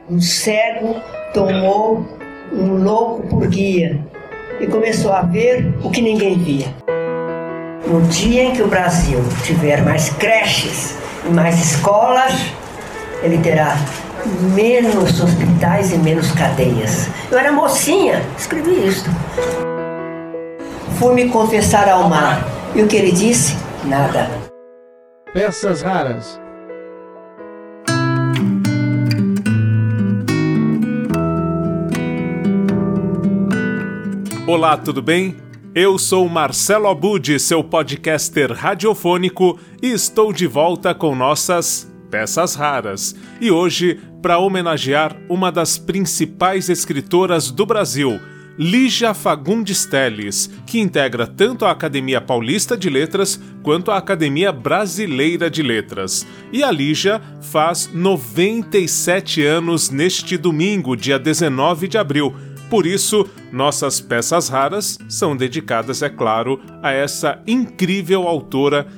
Um cego tomou um louco por guia e começou a ver o que ninguém via. No dia em que o Brasil tiver mais creches e mais escolas, ele terá menos hospitais e menos cadeias. Eu era mocinha, escrevi isso. Fui me confessar ao mar. E o que ele disse? Nada. Peças raras. Olá, tudo bem? Eu sou Marcelo Abud, seu podcaster radiofônico, e estou de volta com nossas Peças Raras. E hoje, para homenagear uma das principais escritoras do Brasil, Lígia Fagundes Telles, que integra tanto a Academia Paulista de Letras quanto a Academia Brasileira de Letras. E a Lígia faz 97 anos neste domingo, dia 19 de abril. Por isso, nossas peças raras são dedicadas, é claro, a essa incrível autora.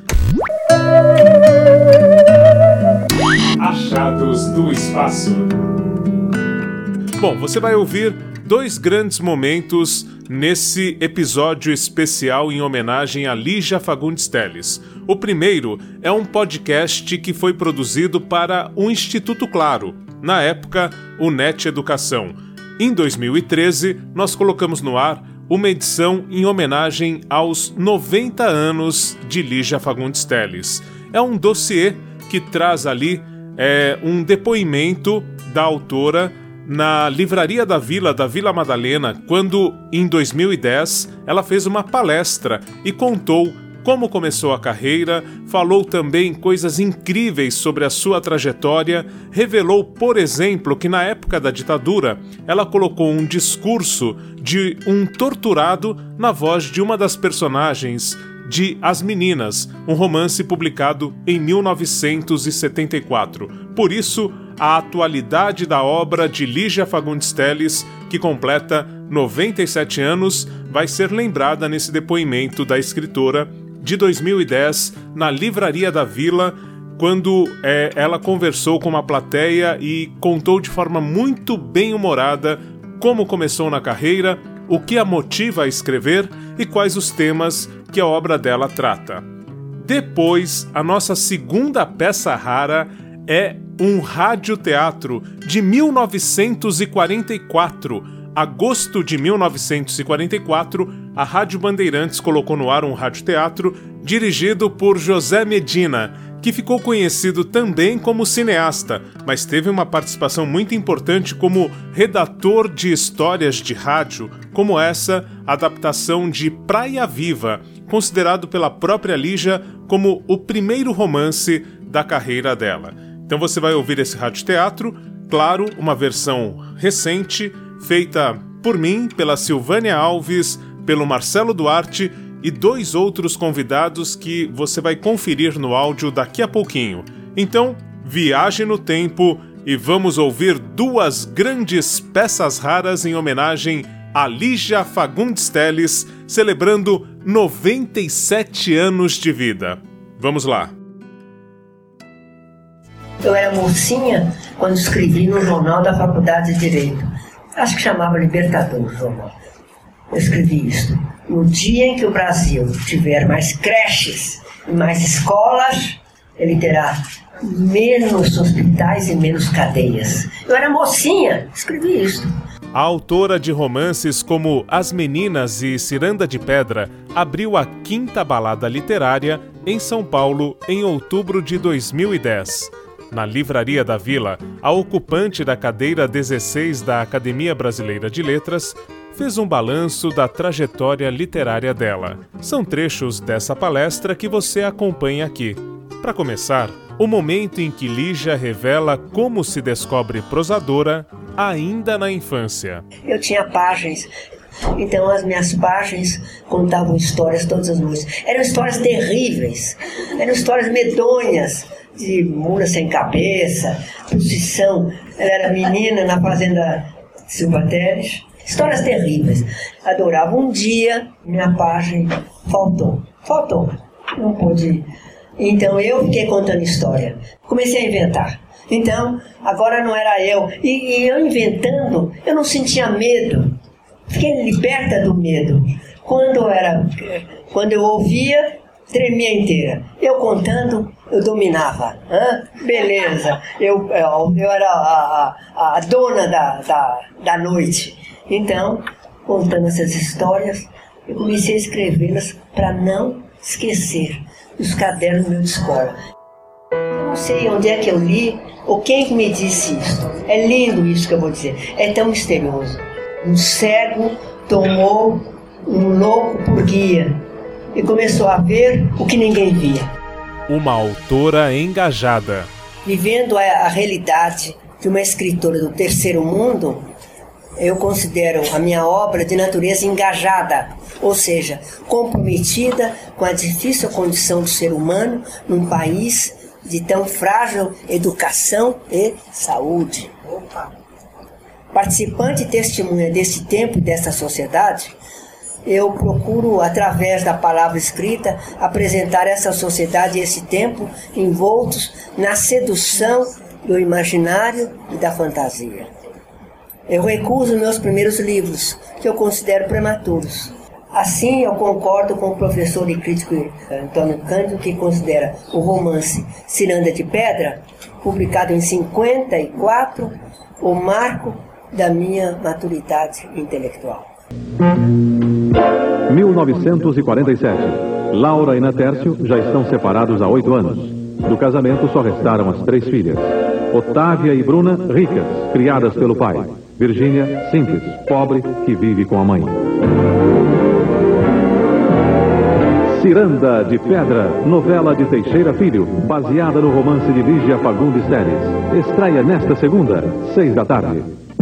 Achados do Espaço. Bom, você vai ouvir dois grandes momentos nesse episódio especial em homenagem a Lígia Fagundes Telles. O primeiro é um podcast que foi produzido para o Instituto Claro, na época, o NET Educação. Em 2013, nós colocamos no ar uma edição em homenagem aos 90 anos de Lígia Fagundes Telles. É um dossiê que traz ali um depoimento da autora na Livraria da Vila Madalena, quando, em 2010, ela fez uma palestra e contou como começou a carreira, falou também coisas incríveis sobre a sua trajetória, revelou, por exemplo, que na época da ditadura, ela colocou um discurso de um torturado na voz de uma das personagens de As Meninas, um romance publicado em 1974. Por isso, a atualidade da obra de Lígia Fagundes Telles, que completa 97 anos, vai ser lembrada nesse depoimento da escritora de 2010, na Livraria da Vila, quando ela conversou com uma plateia e contou de forma muito bem-humorada como começou na carreira, o que a motiva a escrever e quais os temas que a obra dela trata. Depois, a nossa segunda peça rara é um radioteatro de 1944. Agosto de 1944, a Rádio Bandeirantes colocou no ar um radioteatro dirigido por José Medina, que ficou conhecido também como cineasta, mas teve uma participação muito importante como redator de histórias de rádio, como essa adaptação de Praia Viva, considerado pela própria Lígia como o primeiro romance da carreira dela. Então você vai ouvir esse radioteatro, claro, uma versão recente, feita por mim, pela Silvânia Alves, pelo Marcelo Duarte e dois outros convidados que você vai conferir no áudio daqui a pouquinho. Então, viaje no tempo e vamos ouvir duas grandes peças raras em homenagem a Lígia Fagundes Telles, celebrando 97 anos de vida. Vamos lá. Eu era mocinha quando escrevi no jornal da Faculdade de Direito. Acho que chamava Libertador o jornal. Eu escrevi isso. No dia em que o Brasil tiver mais creches e mais escolas, ele terá menos hospitais e menos cadeias. Eu era mocinha, escrevi isso. A autora de romances como As Meninas e Ciranda de Pedra abriu a 5ª balada literária em São Paulo em outubro de 2010. Na Livraria da Vila, a ocupante da cadeira 16 da Academia Brasileira de Letras fez um balanço da trajetória literária dela. São trechos dessa palestra que você acompanha aqui. Para começar, o momento em que Lígia revela como se descobre prosadora ainda na infância. Eu tinha páginas, então as minhas páginas contavam histórias todas as noites. Eram histórias terríveis, eram histórias medonhas, de mula sem cabeça, procissão. Ela era menina na fazenda Silva Teles. Histórias terríveis. Adorava. Um dia, minha página faltou. Não pude Então eu fiquei contando história. Comecei a inventar. Então, agora não era eu. E eu inventando, eu não sentia medo. Fiquei liberta do medo. Quando eu ouvia, tremia inteira. Eu contando, eu dominava. Beleza. Eu era a dona da noite. Então, contando essas histórias, eu comecei a escrevê-las para não esquecer dos cadernos meus de escola. Eu não sei onde é que eu li ou quem que me disse isso. É lindo isso que eu vou dizer. É tão misterioso. Um cego tomou um louco por guia e começou a ver o que ninguém via. Uma autora engajada. Vivendo a realidade de uma escritora do terceiro mundo, eu considero a minha obra de natureza engajada, ou seja, comprometida com a difícil condição do ser humano num país de tão frágil educação e saúde. Participante e testemunha desse tempo e dessa sociedade, eu procuro, através da palavra escrita, apresentar essa sociedade e esse tempo envoltos na sedução do imaginário e da fantasia. Eu recuso meus primeiros livros, que eu considero prematuros. Assim, eu concordo com o professor e crítico Antônio Cândido, que considera o romance Ciranda de Pedra, publicado em 54, o marco da minha maturidade intelectual. 1947. Laura e Natércio já estão separados há 8 anos. Do casamento só restaram as 3 filhas. Otávia e Bruna, ricas, criadas pelo pai. Virgínia, simples, pobre, que vive com a mãe. Ciranda de Pedra, novela de Teixeira Filho, baseada no romance de Lígia Fagundes Telles. Estreia nesta segunda, 6 da tarde.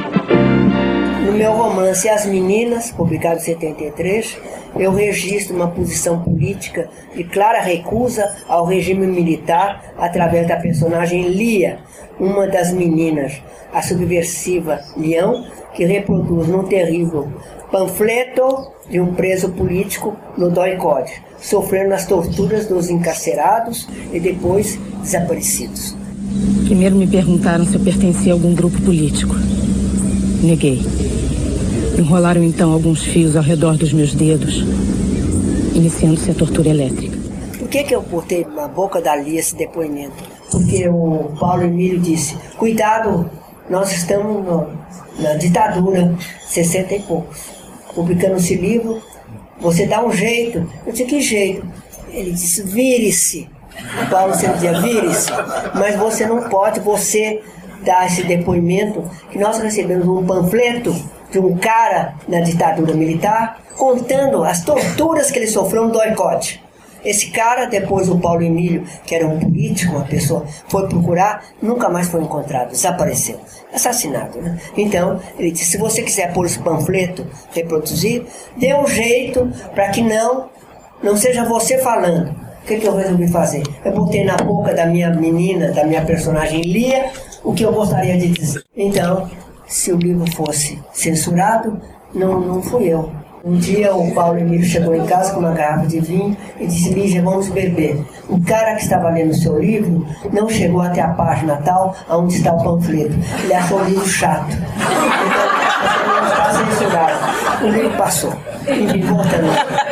No meu romance As Meninas, publicado em 73, eu registro uma posição política de clara recusa ao regime militar através da personagem Lia, uma das meninas, a subversiva Leão, que reproduz num terrível panfleto de um preso político no doicode, sofrendo as torturas dos encarcerados e depois desaparecidos. Primeiro me perguntaram se eu pertencia a algum grupo político. Neguei. Enrolaram então alguns fios ao redor dos meus dedos, iniciando-se a tortura elétrica. Por que eu botei na boca da Lia esse depoimento? Porque o Paulo Emílio disse, cuidado, nós estamos na ditadura, 60 e poucos. Publicando esse livro, você dá um jeito. Eu disse, que jeito? Ele disse, vire-se. O Paulo sempre dizia, vire-se. Mas você não pode, você dar esse depoimento, que nós recebemos um panfleto de um cara na ditadura militar, contando as torturas que ele sofreu no doicode. Esse cara, depois o Paulo Emílio, que era um político, uma pessoa, foi procurar, nunca mais foi encontrado, desapareceu. Assassinado, né? Então, ele disse, se você quiser pôr esse panfleto, reproduzir, dê um jeito para que não seja você falando. O que eu resolvi fazer? Eu botei na boca da minha menina, da minha personagem Lia, o que eu gostaria de dizer. Então, se o livro fosse censurado, não fui eu. Um dia o Paulo Emílio chegou em casa com uma garrafa de vinho e disse, Lígia, vamos beber. O cara que estava lendo o seu livro não chegou até a página tal onde está o panfleto. Ele achou o livro chato. Então, não está censurado. O livro passou. E voltando.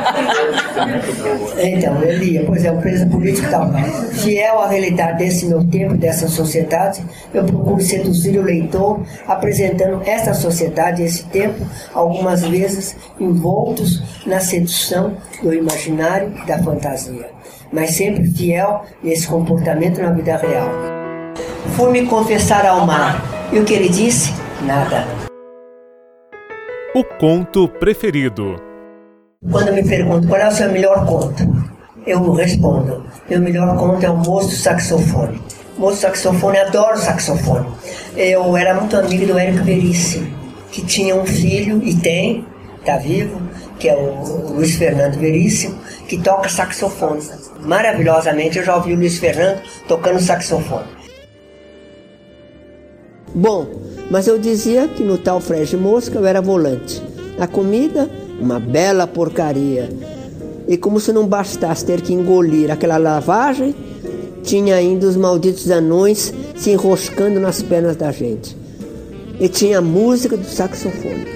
Então, eu lia, pois é, o preso político tal. Fiel à realidade desse meu tempo, dessa sociedade, eu procuro seduzir o leitor, apresentando essa sociedade, esse tempo, algumas vezes envoltos na sedução do imaginário e da fantasia, mas sempre fiel nesse comportamento na vida real. Fui me confessar ao mar, e o que ele disse? Nada. O conto preferido. Quando me perguntam qual é o seu melhor conto, eu respondo, meu melhor conto é o Moço do Saxofone. Moço do Saxofone, adoro saxofone. Eu era muito amigo do Érico Veríssimo, que tinha um filho, e tem, está vivo, que é o Luiz Fernando Veríssimo, que toca saxofone. Maravilhosamente, eu já ouvi o Luiz Fernando tocando saxofone. Bom, mas eu dizia que no tal Frege Mosca eu era volante. A comida, uma bela porcaria. E como se não bastasse ter que engolir aquela lavagem, tinha ainda os malditos anões se enroscando nas pernas da gente. E tinha a música do saxofone.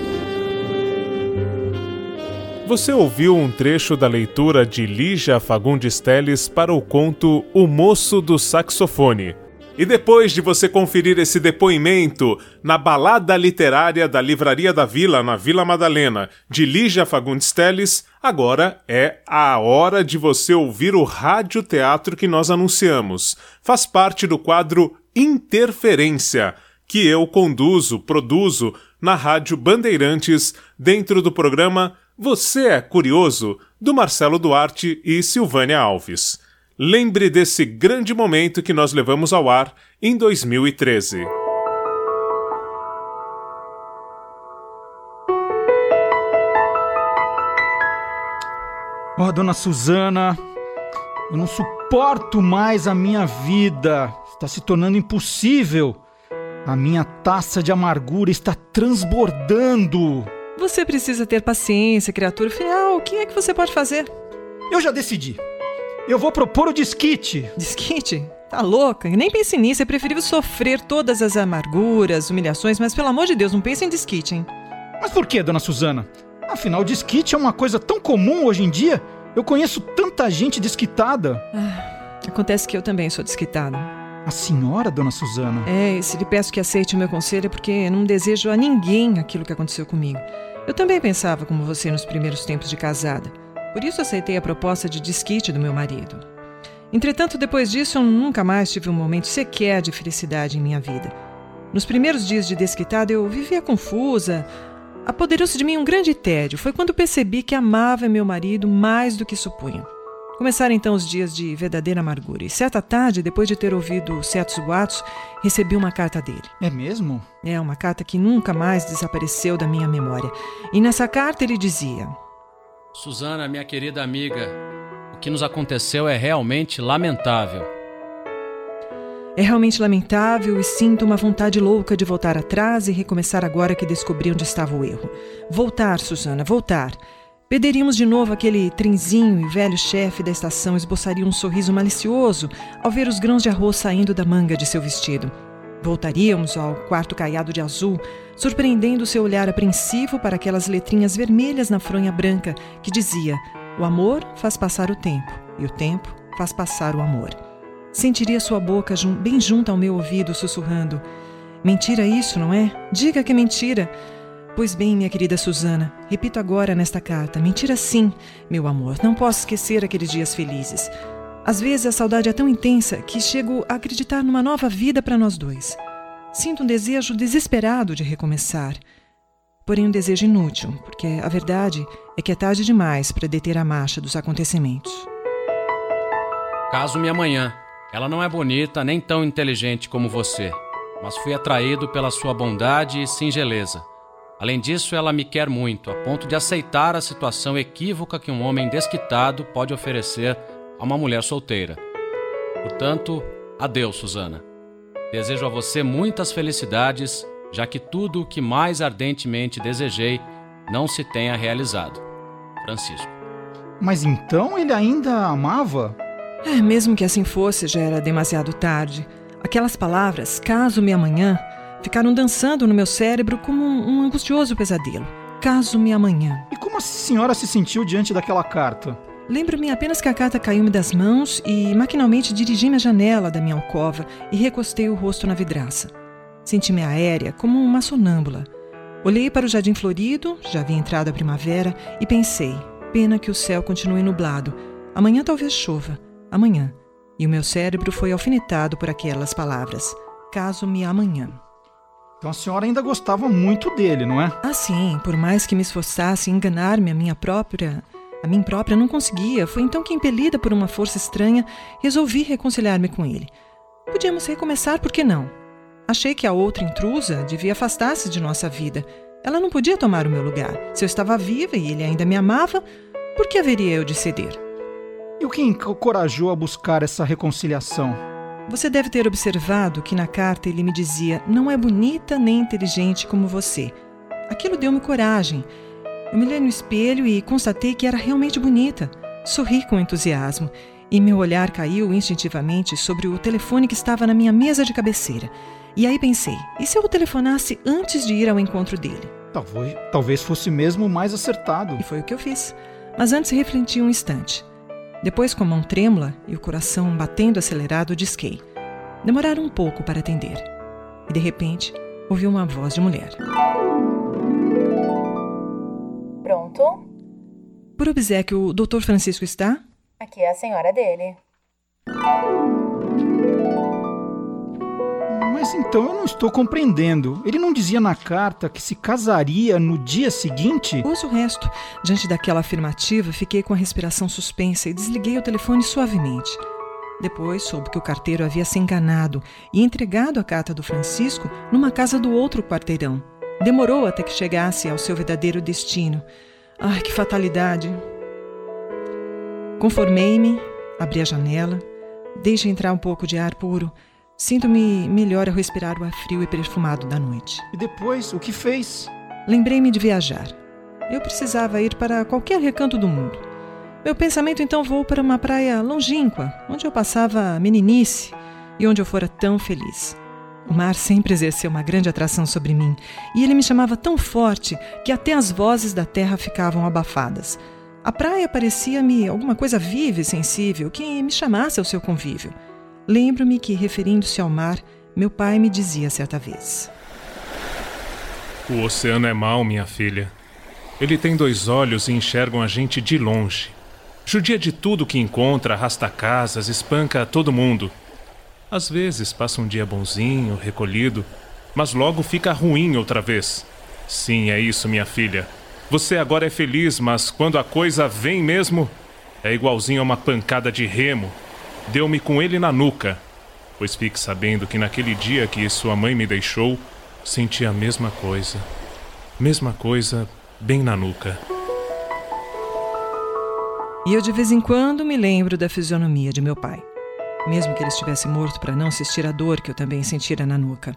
Você ouviu um trecho da leitura de Lígia Fagundes Telles para o conto O Moço do Saxofone. E depois de você conferir esse depoimento na balada literária da Livraria da Vila, na Vila Madalena, de Lígia Fagundes Telles, agora é a hora de você ouvir o radioteatro que nós anunciamos. Faz parte do quadro Interferência, que eu produzo na Rádio Bandeirantes, dentro do programa Você é Curioso, do Marcelo Duarte e Silvânia Alves. Lembre desse grande momento que nós levamos ao ar em 2013. Dona Suzana, eu não suporto mais a minha vida. Está se tornando impossível. A minha taça de amargura está transbordando. Você precisa ter paciência, criatura. Afinal, o que é que você pode fazer? Eu já decidi. Eu vou propor o desquite. Desquite? Tá louca? Nem pense nisso. É preferível sofrer todas as amarguras, humilhações, mas pelo amor de Deus, não pense em desquite, hein? Mas por que, dona Suzana? Afinal, desquite é uma coisa tão comum hoje em dia. Eu conheço tanta gente desquitada. Acontece que eu também sou desquitada. A senhora, dona Suzana? E se lhe peço que aceite o meu conselho é porque não desejo a ninguém aquilo que aconteceu comigo. Eu também pensava como você nos primeiros tempos de casada. Por isso aceitei a proposta de desquite do meu marido. Entretanto, depois disso, eu nunca mais tive um momento sequer de felicidade em minha vida. Nos primeiros dias de desquitada, eu vivia confusa. Apoderou-se de mim um grande tédio. Foi quando percebi que amava meu marido mais do que supunha. Começaram então os dias de verdadeira amargura. E certa tarde, depois de ter ouvido certos boatos, recebi uma carta dele. É mesmo? É, uma carta que nunca mais desapareceu da minha memória. E nessa carta ele dizia: Suzana, minha querida amiga, o que nos aconteceu é realmente lamentável. É realmente lamentável e sinto uma vontade louca de voltar atrás e recomeçar agora que descobri onde estava o erro. Voltar, Suzana, voltar. Perderíamos de novo aquele trenzinho e velho chefe da estação esboçaria um sorriso malicioso ao ver os grãos de arroz saindo da manga de seu vestido. Voltaríamos ao quarto caiado de azul, surpreendendo seu olhar apreensivo para aquelas letrinhas vermelhas na fronha branca que dizia: o amor faz passar o tempo, e o tempo faz passar o amor. Sentiria sua boca bem junto ao meu ouvido, sussurrando: mentira isso, não é? Diga que é mentira. Pois bem, minha querida Suzana, repito agora nesta carta: mentira sim, meu amor, não posso esquecer aqueles dias felizes. Às vezes a saudade é tão intensa que chego a acreditar numa nova vida para nós dois. Sinto um desejo desesperado de recomeçar. Porém um desejo inútil, porque a verdade é que é tarde demais para deter a marcha dos acontecimentos. Caso-me amanhã. Ela não é bonita nem tão inteligente como você, mas fui atraído pela sua bondade e singeleza. Além disso, ela me quer muito, a ponto de aceitar a situação equívoca que um homem desquitado pode oferecer a uma mulher solteira. Portanto, adeus, Suzana. Desejo a você muitas felicidades, já que tudo o que mais ardentemente desejei não se tenha realizado. Francisco. Mas então ele ainda a amava? Mesmo que assim fosse, já era demasiado tarde. Aquelas palavras, caso-me amanhã, ficaram dançando no meu cérebro como um angustioso pesadelo. Caso-me amanhã. E como a senhora se sentiu diante daquela carta? Lembro-me apenas que a carta caiu-me das mãos e maquinalmente dirigi-me à janela da minha alcova e recostei o rosto na vidraça. Senti-me aérea, como uma sonâmbula. Olhei para o jardim florido, já havia entrado a primavera, e pensei: pena que o céu continue nublado. Amanhã talvez chova. Amanhã. E o meu cérebro foi alfinetado por aquelas palavras. Caso-me amanhã. Então a senhora ainda gostava muito dele, não é? Sim. Por mais que me esforçasse em enganar-me a mim própria, não conseguia. Foi então que, impelida por uma força estranha, resolvi reconciliar-me com ele. Podíamos recomeçar, por que não? Achei que a outra intrusa devia afastar-se de nossa vida. Ela não podia tomar o meu lugar. Se eu estava viva e ele ainda me amava, por que haveria eu de ceder? E o que encorajou a buscar essa reconciliação? Você deve ter observado que na carta ele me dizia: não é bonita nem inteligente como você. Aquilo deu-me coragem. Eu me olhei no espelho e constatei que era realmente bonita. Sorri com entusiasmo. e meu olhar caiu instintivamente sobre o telefone que estava na minha mesa de cabeceira. E aí pensei, e se eu o telefonasse antes de ir ao encontro dele? Talvez fosse mesmo o mais acertado. E foi o que eu fiz. Mas antes refleti um instante. Depois, com a mão trêmula e o coração batendo acelerado, disquei. Demoraram um pouco para atender. E, de repente, ouvi uma voz de mulher. Pronto? Por obséquio, o Dr. Francisco está? Aqui é a senhora dele. Mas então eu não estou compreendendo. Ele não dizia na carta que se casaria no dia seguinte? Pus o resto. Diante daquela afirmativa, fiquei com a respiração suspensa e desliguei o telefone suavemente. Depois soube que o carteiro havia se enganado e entregado a carta do Francisco numa casa do outro quarteirão. Demorou até que chegasse ao seu verdadeiro destino. Ai, que fatalidade! Conformei-me, abri a janela, deixei entrar um pouco de ar puro. Sinto-me melhor ao respirar o ar frio e perfumado da noite. E depois, o que fez? Lembrei-me de viajar. Eu precisava ir para qualquer recanto do mundo. Meu pensamento então voou para uma praia longínqua, onde eu passava a meninice e onde eu fora tão feliz. O mar sempre exerceu uma grande atração sobre mim, e ele me chamava tão forte que até as vozes da terra ficavam abafadas. A praia parecia-me alguma coisa viva e sensível que me chamasse ao seu convívio. Lembro-me que, referindo-se ao mar, meu pai me dizia certa vez: O oceano é mau, minha filha. Ele tem 2 olhos e enxerga a gente de longe. Judia de tudo que encontra, arrasta casas, espanca todo mundo. Às vezes passa um dia bonzinho, recolhido, mas logo fica ruim outra vez. Sim, é isso, minha filha. Você agora é feliz, mas quando a coisa vem mesmo, é igualzinho a uma pancada de remo. Deu-me com ele na nuca, pois fique sabendo que naquele dia que sua mãe me deixou, senti a mesma coisa. Mesma coisa, bem na nuca. E eu de vez em quando me lembro da fisionomia de meu pai, mesmo que ele estivesse morto para não sentir a dor que eu também sentira na nuca.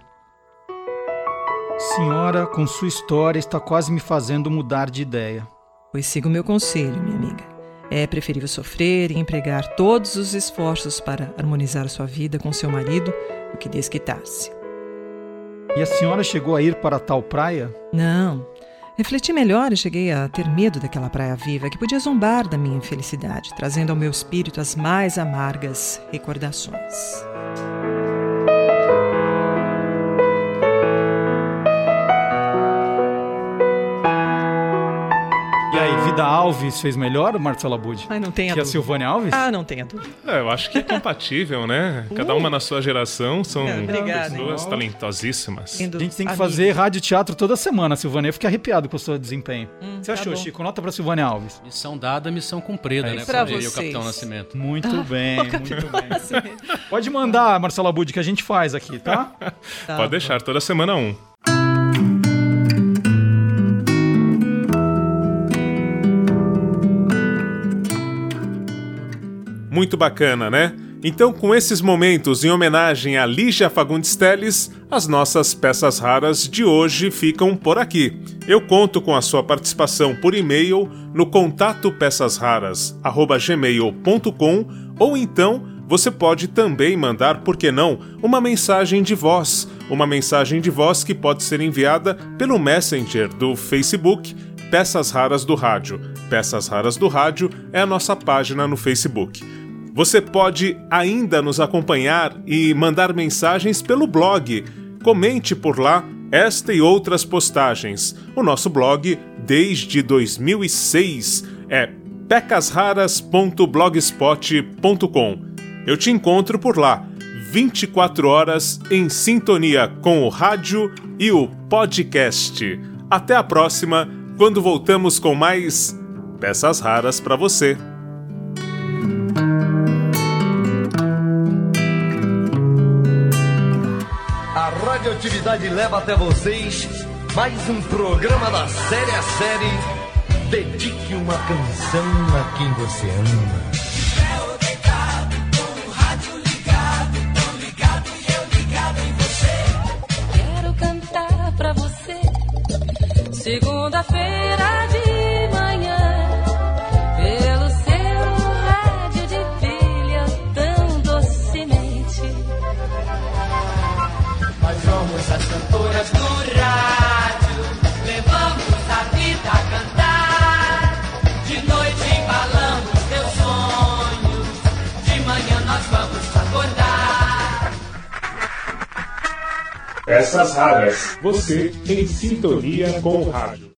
Senhora, com sua história, está quase me fazendo mudar de ideia. Pois siga o meu conselho, minha amiga. É preferível sofrer e empregar todos os esforços para harmonizar sua vida com seu marido do que desquitar-se. E a senhora chegou a ir para tal praia? Não. Refleti melhor e cheguei a ter medo daquela praia viva que podia zombar da minha infelicidade, trazendo ao meu espírito as mais amargas recordações. E aí, Vida Alves fez melhor, Marcelo Abud? Ai, não tenha que dúvida. a Silvânia Alves? Ah, não tenha dúvida. Eu acho que é compatível, né? Cada uma na sua geração, são Obrigada, pessoas talentosíssimas. A gente tem que fazer rádio e teatro toda semana, Silvânia. Eu fiquei arrepiado com o seu desempenho. O que você achou, bom. Chico? Nota pra Silvânia Alves. Missão dada, missão cumprida, né? Pra Como diria o vocês. Capitão Nascimento. Muito bem, muito bem. Pode mandar, Marcelo Abud, que a gente faz aqui, tá? Pode deixar, toda semana um. Muito bacana, né? Então, com esses momentos em homenagem a Lígia Fagundes Telles, as nossas peças raras de hoje ficam por aqui. Eu conto com a sua participação por e-mail no contato pessasraras@gmail.com, ou então você pode também mandar, por que não, uma mensagem de voz. Uma mensagem de voz que pode ser enviada pelo Messenger do Facebook Peças Raras do Rádio. Peças Raras do Rádio é a nossa página no Facebook. Você pode ainda nos acompanhar e mandar mensagens pelo blog. Comente por lá esta e outras postagens. O nosso blog, desde 2006, é pecasraras.blogspot.com. Eu te encontro por lá, 24 horas em sintonia com o rádio e o podcast. Até a próxima, quando voltamos com mais peças raras para você. A Radioatividade leva até vocês mais um programa da série a série. Dedique uma canção a quem você ama. Eu deitado, com o rádio ligado, tão ligado e eu ligado em você. Quero cantar pra você, segunda-feira de manhã, pelo seu rádio de pilha. somos as cantoras do rádio. Levamos a vida a cantar. De noite embalamos teus sonhos. De manhã nós vamos acordar. Peças raras. Você em sintonia com o rádio.